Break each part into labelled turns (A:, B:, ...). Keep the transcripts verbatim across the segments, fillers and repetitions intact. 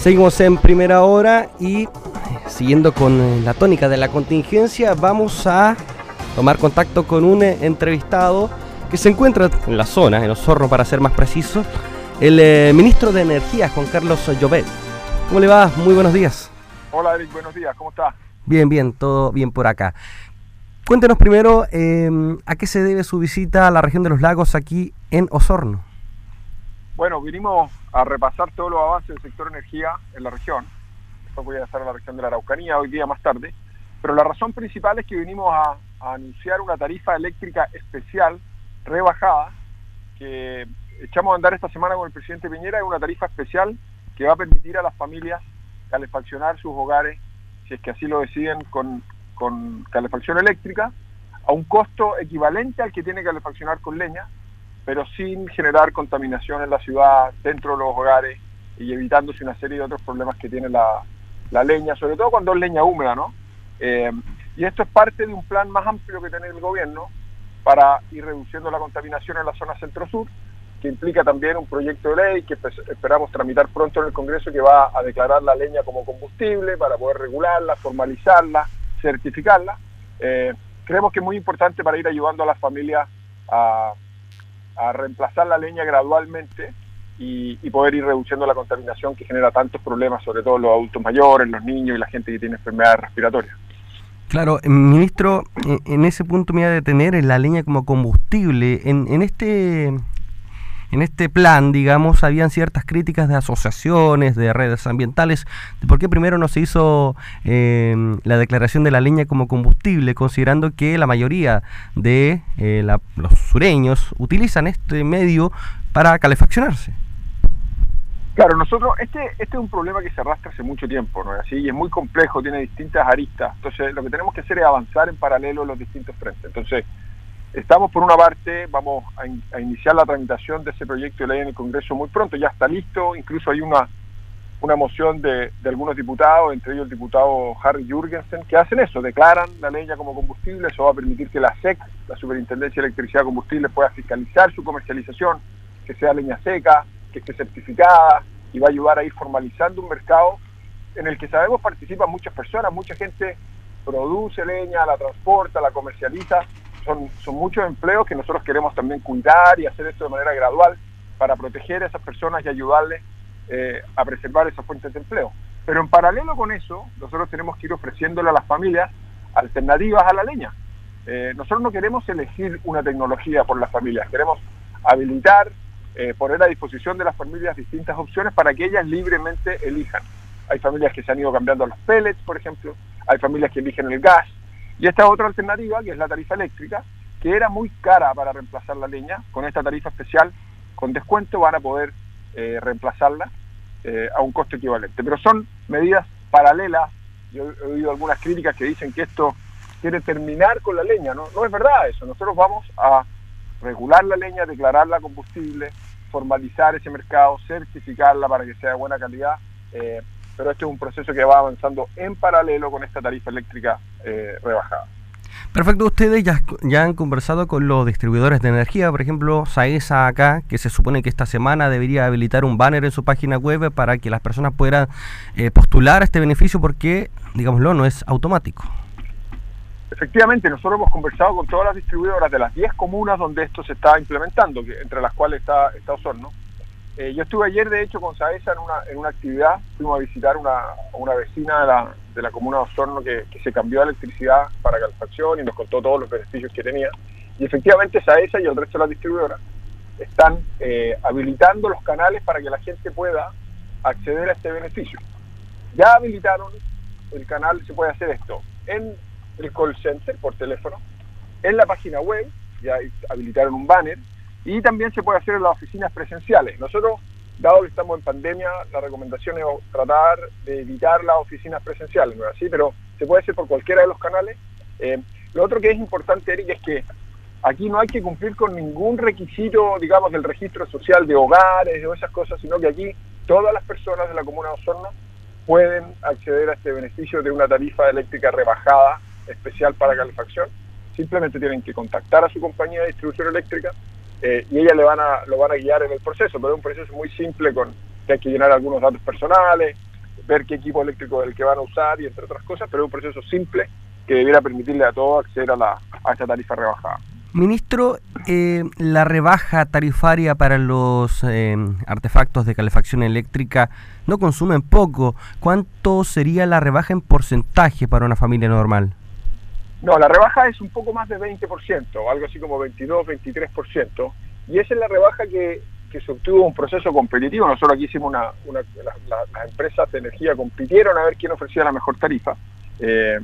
A: Seguimos en primera hora y siguiendo con la tónica de la contingencia, vamos a tomar contacto con un entrevistado que se encuentra en la zona, en Osorno para ser más preciso, el eh, ministro de Energía, Juan Carlos Llobet. ¿Cómo le va? Muy buenos días.
B: Hola Eric, buenos días, ¿cómo está?
A: Bien, bien, todo bien por acá. Cuéntenos primero eh, a qué se debe su visita a la región de los lagos aquí en Osorno.
B: Bueno, vinimos a repasar todos los avances del sector energía en la región. Después voy a estar a la región de la Araucanía hoy día más tarde. Pero la razón principal es que vinimos a, a anunciar una tarifa eléctrica especial, rebajada, que echamos a andar esta semana con el presidente Piñera. Es una tarifa especial que va a permitir a las familias calefaccionar sus hogares, si es que así lo deciden, con, con calefacción eléctrica, a un costo equivalente al que tiene calefaccionar con leña, pero sin generar contaminación en la ciudad, dentro de los hogares, y evitándose una serie de otros problemas que tiene la, la leña, sobre todo cuando es leña húmeda, ¿no? Eh, y esto es parte de un plan más amplio que tiene el gobierno para ir reduciendo la contaminación en la zona centro-sur, que implica también un proyecto de ley que esperamos tramitar pronto en el Congreso, que va a declarar la leña como combustible para poder regularla, formalizarla, certificarla. Eh, creemos que es muy importante para ir ayudando a las familias a a reemplazar la leña gradualmente y, y poder ir reduciendo la contaminación que genera tantos problemas, sobre todo los adultos mayores, los niños y la gente que tiene enfermedades respiratorias.
A: Claro, ministro, en ese punto me voy a detener en la leña como combustible. En, en este en este plan, digamos, habían ciertas críticas de asociaciones, de redes ambientales, de por qué primero no se hizo eh, la declaración de la leña como combustible, considerando que la mayoría de eh, la, los sureños utilizan este medio para calefaccionarse.
B: Claro, nosotros, este este es un problema que se arrastra hace mucho tiempo, ¿no es así? Y es muy complejo, tiene distintas aristas. Entonces, lo que tenemos que hacer es avanzar en paralelo en los distintos frentes. Entonces, estamos por una parte, vamos a, in, a iniciar la tramitación de ese proyecto de ley en el Congreso muy pronto, ya está listo, incluso hay una una moción de, de algunos diputados, entre ellos el diputado Harry Jurgensen, que hacen eso, declaran la leña como combustible. Eso va a permitir que la S E C, la Superintendencia de Electricidad y Combustible, pueda fiscalizar su comercialización, que sea leña seca, que esté certificada, y va a ayudar a ir formalizando un mercado en el que sabemos participan muchas personas, mucha gente produce leña, la transporta, la comercializa. Son, son muchos empleos que nosotros queremos también cuidar y hacer esto de manera gradual para proteger a esas personas y ayudarles eh, a preservar esas fuentes de empleo. Pero en paralelo con eso, nosotros tenemos que ir ofreciéndole a las familias alternativas a la leña. Eh, nosotros no queremos elegir una tecnología por las familias, queremos habilitar, eh, poner a disposición de las familias distintas opciones para que ellas libremente elijan. Hay familias que se han ido cambiando a los pellets, por ejemplo, hay familias que eligen el gas. Y esta otra alternativa, que es la tarifa eléctrica, que era muy cara para reemplazar la leña. Con esta tarifa especial, con descuento, van a poder eh, reemplazarla eh, a un costo equivalente. Pero son medidas paralelas. Yo he oído algunas críticas que dicen que esto quiere terminar con la leña. No, no es verdad eso. Nosotros vamos a regular la leña, declararla combustible, formalizar ese mercado, certificarla para que sea de buena calidad. Eh, pero este es un proceso que va avanzando en paralelo con esta tarifa eléctrica eh, rebajada.
A: Perfecto, ustedes ya, ya han conversado con los distribuidores de energía, por ejemplo, SAESA acá, que se supone que esta semana debería habilitar un banner en su página web para que las personas puedan eh, postular a este beneficio porque, digámoslo, no es automático.
B: Efectivamente, nosotros hemos conversado con todas las distribuidoras de las diez comunas donde esto se está implementando, que, entre las cuales está, está Osorno. Eh, yo estuve ayer, de hecho, con SAESA en una, en una actividad. Fuimos a visitar una, una vecina de la, de la comuna de Osorno que, que se cambió a electricidad para calefacción y nos contó todos los beneficios que tenía. Y efectivamente SAESA y el resto de las distribuidoras están eh, habilitando los canales para que la gente pueda acceder a este beneficio. Ya habilitaron el canal, se puede hacer esto en el call center por teléfono, en la página web, ya habilitaron un banner, y también se puede hacer en las oficinas presenciales. Nosotros, dado que estamos en pandemia, la recomendación es tratar de evitar las oficinas presenciales, ¿no es así? Pero se puede hacer por cualquiera de los canales. Eh, lo otro que es importante, Eric, es que aquí no hay que cumplir con ningún requisito, digamos, del registro social de hogares o esas cosas, sino que aquí todas las personas de la comuna de Osorno pueden acceder a este beneficio de una tarifa eléctrica rebajada especial para calefacción. Simplemente tienen que contactar a su compañía de distribución eléctrica eh, y ellas le van a, lo van a guiar en el proceso, pero es un proceso muy simple con que hay que llenar algunos datos personales, ver qué equipo eléctrico es el que van a usar y entre otras cosas, pero es un proceso simple que debiera permitirle a todos acceder a, la, a esta tarifa rebajada.
A: Ministro, eh, la rebaja tarifaria para los eh, artefactos de calefacción eléctrica no consumen poco. ¿Cuánto sería la rebaja en porcentaje para una familia normal?
B: No, la rebaja es un poco más de veinte por ciento, algo así como veintidós, veintitrés por ciento, y esa es la rebaja que, que se obtuvo un proceso competitivo. Nosotros aquí hicimos una, una la, la, las empresas de energía compitieron a ver quién ofrecía la mejor tarifa. Eh,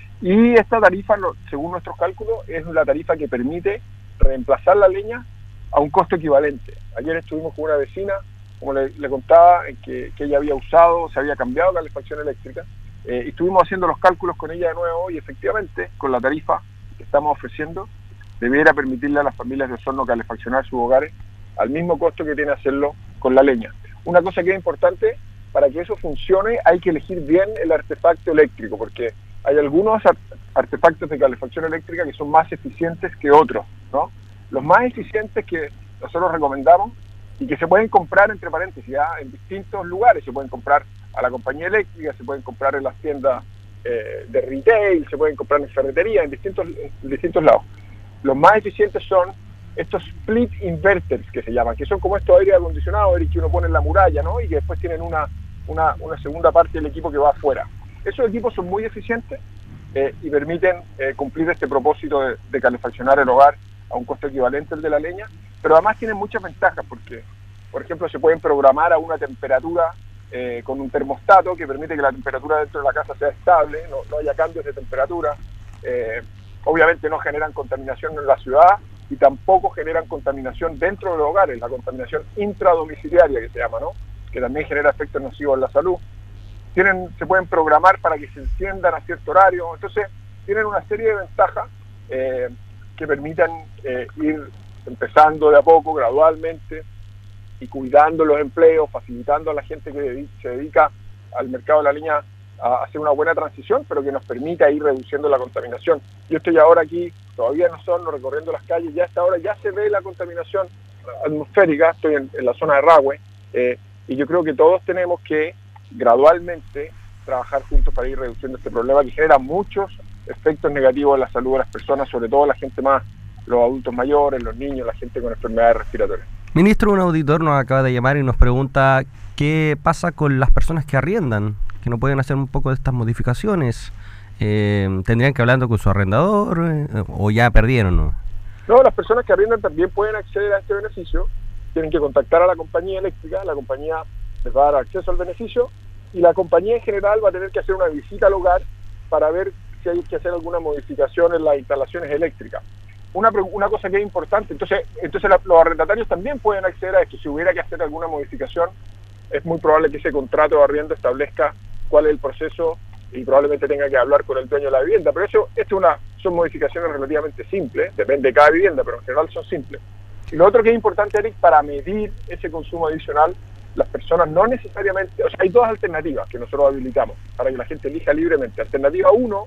B: Y esta tarifa, según nuestros cálculos, es la tarifa que permite reemplazar la leña a un costo equivalente. Ayer estuvimos con una vecina, como le, le contaba, que, que ella había usado, se había cambiado la calefacción eléctrica, eh, y estuvimos haciendo los cálculos con ella de nuevo y efectivamente, con la tarifa que estamos ofreciendo, debiera permitirle a las familias de Osorno calefaccionar sus hogares al mismo costo que tiene hacerlo con la leña. Una cosa que es importante, para que eso funcione hay que elegir bien el artefacto eléctrico, porque hay algunos artefactos de calefacción eléctrica que son más eficientes que otros, ¿no? Los más eficientes que nosotros recomendamos y que se pueden comprar, entre paréntesis, ¿ya? En distintos lugares, se pueden comprar a la compañía eléctrica, se pueden comprar en las tiendas eh, de retail, se pueden comprar en ferretería, en distintos, en distintos lados. Los más eficientes son estos split inverters que se llaman, que son como estos aire acondicionados que uno pone en la muralla, ¿no? Y que después tienen una, una, una segunda parte del equipo que va afuera. Esos equipos son muy eficientes eh, y permiten eh, cumplir este propósito de, de calefaccionar el hogar a un costo equivalente al de la leña, pero además tienen muchas ventajas porque, por ejemplo, se pueden programar a una temperatura eh, con un termostato que permite que la temperatura dentro de la casa sea estable, no, no haya cambios de temperatura, eh, obviamente no generan contaminación en la ciudad y tampoco generan contaminación dentro de los hogares, la contaminación intradomiciliaria que se llama, ¿no? Que también genera efectos nocivos en la salud. Tienen, se pueden programar para que se enciendan a cierto horario, entonces tienen una serie de ventajas eh, que permitan eh, ir empezando de a poco, gradualmente, y cuidando los empleos, facilitando a la gente que se dedica al mercado de la leña a hacer una buena transición, pero que nos permita ir reduciendo la contaminación. Yo estoy ahora aquí, todavía no son, recorriendo las calles, ya a esta hora ya se ve la contaminación atmosférica, estoy en, en la zona de Rahue, eh, y yo creo que todos tenemos que gradualmente trabajar juntos para ir reduciendo este problema que genera muchos efectos negativos en la salud de las personas, sobre todo la gente más, los adultos mayores, los niños, la gente con enfermedades respiratorias.
A: Ministro, un auditor nos acaba de llamar y nos pregunta qué pasa con las personas que arriendan, que no pueden hacer un poco de estas modificaciones. Eh, ¿Tendrían que hablar con su arrendador eh, o ya perdieron, no?
B: No, las personas que arriendan también pueden acceder a este beneficio, tienen que contactar a la compañía eléctrica, la compañía les va a dar acceso al beneficio y la compañía en general va a tener que hacer una visita al hogar para ver si hay que hacer alguna modificación en las instalaciones eléctricas. Una, una cosa que es importante, entonces, entonces la, los arrendatarios también pueden acceder a esto. Si hubiera que hacer alguna modificación, es muy probable que ese contrato de arriendo establezca cuál es el proceso y probablemente tenga que hablar con el dueño de la vivienda. Pero eso esto es una, son modificaciones relativamente simples, depende de cada vivienda, pero en general son simples. Y lo otro que es importante, Eric, para medir ese consumo adicional, las personas no necesariamente, o sea, hay dos alternativas que nosotros habilitamos para que la gente elija libremente. Alternativa uno,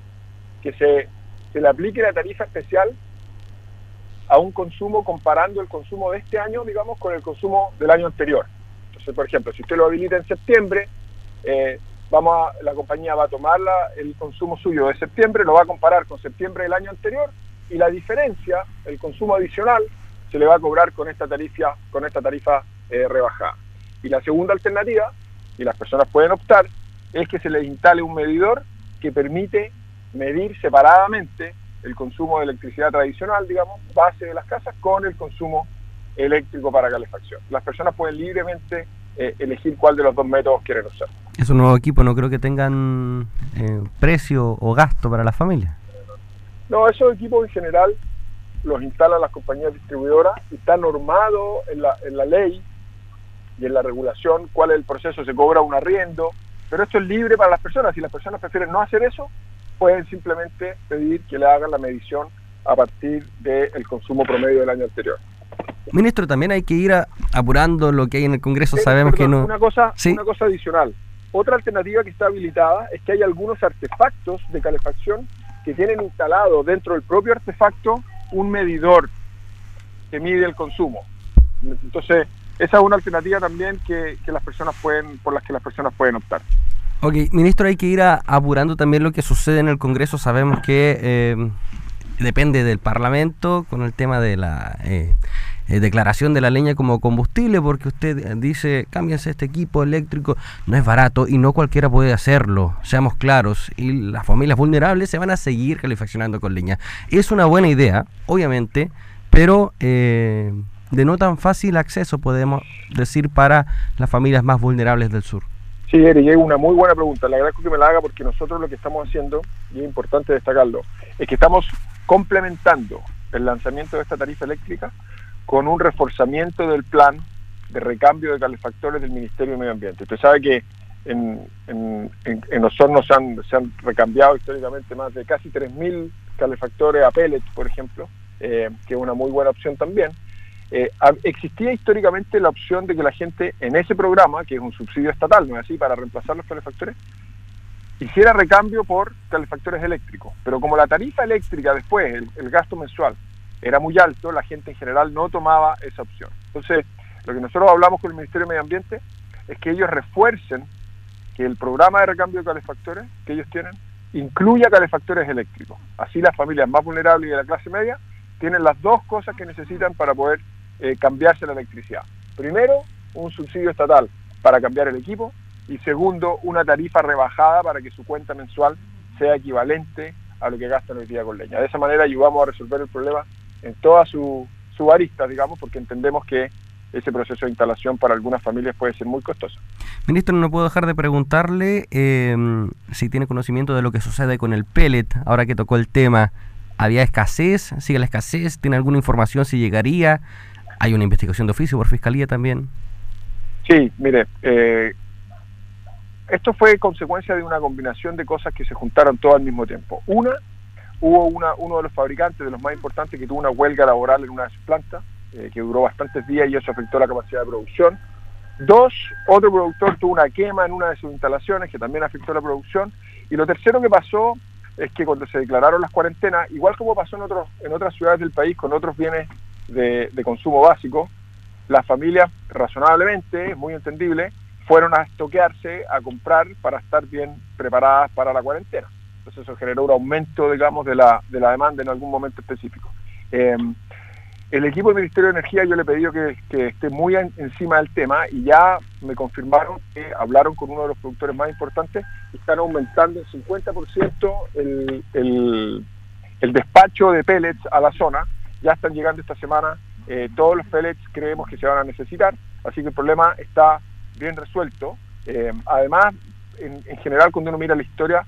B: que se, se le aplique la tarifa especial a un consumo comparando el consumo de este año, digamos, con el consumo del año anterior. Entonces, por ejemplo, si usted lo habilita en septiembre, eh, vamos a, la compañía va a tomar la, el consumo suyo de septiembre, lo va a comparar con septiembre del año anterior y la diferencia, el consumo adicional, se le va a cobrar con esta tarifa, con esta tarifa eh, rebajada. Y la segunda alternativa, y las personas pueden optar, es que se les instale un medidor que permite medir separadamente el consumo de electricidad tradicional, digamos, base de las casas, con el consumo eléctrico para calefacción. Las personas pueden libremente eh, elegir cuál de los dos métodos quieren usar.
A: Esos nuevos equipos no creo que tengan eh, precio o gasto para las familias.
B: No, esos equipos en general los instalan las compañías distribuidoras y está normado en la, en la ley y en la regulación cuál es el proceso, se cobra un arriendo, pero esto es libre para las personas. Si las personas prefieren no hacer eso, pueden simplemente pedir que le hagan la medición a partir del consumo promedio del año anterior.
A: Ministro, también hay que ir a, apurando lo que hay en el Congreso,
B: sí,
A: sabemos
B: perdón,
A: que no...
B: Una cosa,
A: ¿Sí?
B: una cosa adicional, otra alternativa que está habilitada es que hay algunos artefactos de calefacción que tienen instalado dentro del propio artefacto un medidor que mide el consumo. Entonces, esa es una alternativa también que, que las personas pueden, por las que las personas pueden optar.
A: Ok, ministro, hay que ir a, apurando también lo que sucede en el Congreso. Sabemos que eh, depende del Parlamento con el tema de la eh, eh, declaración de la leña como combustible, porque usted dice, cámbiense este equipo eléctrico, no es barato y no cualquiera puede hacerlo, seamos claros, y las familias vulnerables se van a seguir calefaccionando con leña. Es una buena idea, obviamente, pero eh, de no tan fácil acceso, podemos decir, para las familias más vulnerables del sur.
B: Sí, Eric, es una muy buena pregunta. Le agradezco que me la haga porque nosotros lo que estamos haciendo, y es importante destacarlo, es que estamos complementando el lanzamiento de esta tarifa eléctrica con un reforzamiento del plan de recambio de calefactores del Ministerio de Medio Ambiente. Usted sabe que en, en, en, en Osorno se han, se han recambiado históricamente más de casi tres mil calefactores a pellets, por ejemplo, eh, que es una muy buena opción también. Eh, existía históricamente la opción de que la gente en ese programa, que es un subsidio estatal, ¿no es así?, para reemplazar los calefactores, hiciera recambio por calefactores eléctricos. Pero como la tarifa eléctrica después, el, el gasto mensual, era muy alto, la gente en general no tomaba esa opción. Entonces, lo que nosotros hablamos con el Ministerio de Medio Ambiente es que ellos refuercen que el programa de recambio de calefactores que ellos tienen incluya calefactores eléctricos. Así las familias más vulnerables y de la clase media tienen las dos cosas que necesitan para poder eh, cambiarse la electricidad. Primero, un subsidio estatal para cambiar el equipo, y segundo, una tarifa rebajada para que su cuenta mensual sea equivalente a lo que gastan hoy día con leña. De esa manera ayudamos a resolver el problema en todas sus su aristas, digamos, porque entendemos que ese proceso de instalación para algunas familias puede ser muy costoso.
A: Ministro, no puedo dejar de preguntarle eh, si tiene conocimiento de lo que sucede con el pellet, ahora que tocó el tema. ¿Había escasez? ¿Sigue la escasez? ¿Tiene alguna información si llegaría? ¿Hay una investigación de oficio por Fiscalía también?
B: Sí, mire, eh, esto fue consecuencia de una combinación de cosas que se juntaron todas al mismo tiempo. Una, hubo una, uno de los fabricantes, de los más importantes, que tuvo una huelga laboral en una de sus plantas, eh, que duró bastantes días y eso afectó la capacidad de producción. Dos, otro productor tuvo una quema en una de sus instalaciones que también afectó la producción. Y lo tercero que pasó es que cuando se declararon las cuarentenas, igual como pasó en otros en otras ciudades del país con otros bienes de, de consumo básico, las familias razonablemente, muy entendible, fueron a estoquearse, a comprar para estar bien preparadas para la cuarentena. Entonces eso generó un aumento, digamos, de la, de la demanda en algún momento específico. Eh, el equipo del Ministerio de Energía, yo le he pedido que, que esté muy en, encima del tema, y ya me confirmaron que hablaron con uno de los productores más importantes y están aumentando en cincuenta por ciento el, el, el despacho de pellets a la zona. Ya están llegando esta semana eh, todos los pellets, creemos que se van a necesitar, así que el problema está bien resuelto. Eh, además, en, en general, cuando uno mira la historia,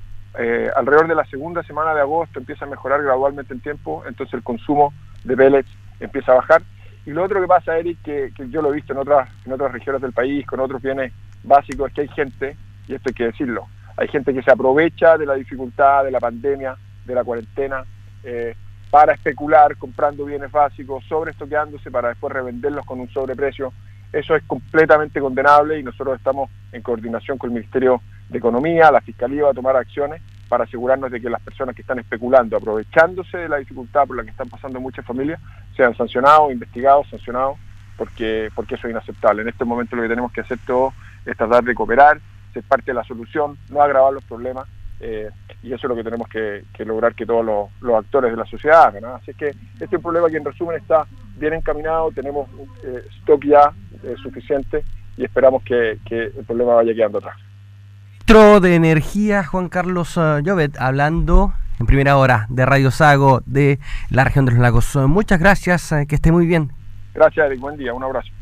B: eh, alrededor de la segunda semana de agosto empieza a mejorar gradualmente el tiempo, entonces el consumo de pellets empieza a bajar. Y lo otro que pasa, Eric, que, que yo lo he visto en otras, en otras regiones del país, con otros bienes básicos, es que hay gente, y esto hay que decirlo, hay gente que se aprovecha de la dificultad, de la pandemia, de la cuarentena, eh, para especular comprando bienes básicos, sobreestoqueándose para después revenderlos con un sobreprecio. Eso es completamente condenable y nosotros estamos en coordinación con el Ministerio de Economía, la Fiscalía va a tomar acciones para asegurarnos de que las personas que están especulando, aprovechándose de la dificultad por la que están pasando muchas familias, sean sancionados, investigados, sancionados, porque, porque eso es inaceptable. En este momento lo que tenemos que hacer todos es tratar de cooperar, ser parte de la solución, no agravar los problemas, eh, y eso es lo que tenemos que, que lograr que todos los, los actores de la sociedad hagan, ¿no? Así es que este es un problema que en resumen está bien encaminado, tenemos eh, stock ya eh, suficiente y esperamos que, que el problema vaya quedando atrás.
A: Ministro de Energía, Juan Carlos uh, Llobet, hablando en primera hora de Radio Sago de la región de los lagos. Uh, muchas gracias, uh, que esté muy bien.
B: Gracias, Eric, buen día, un abrazo.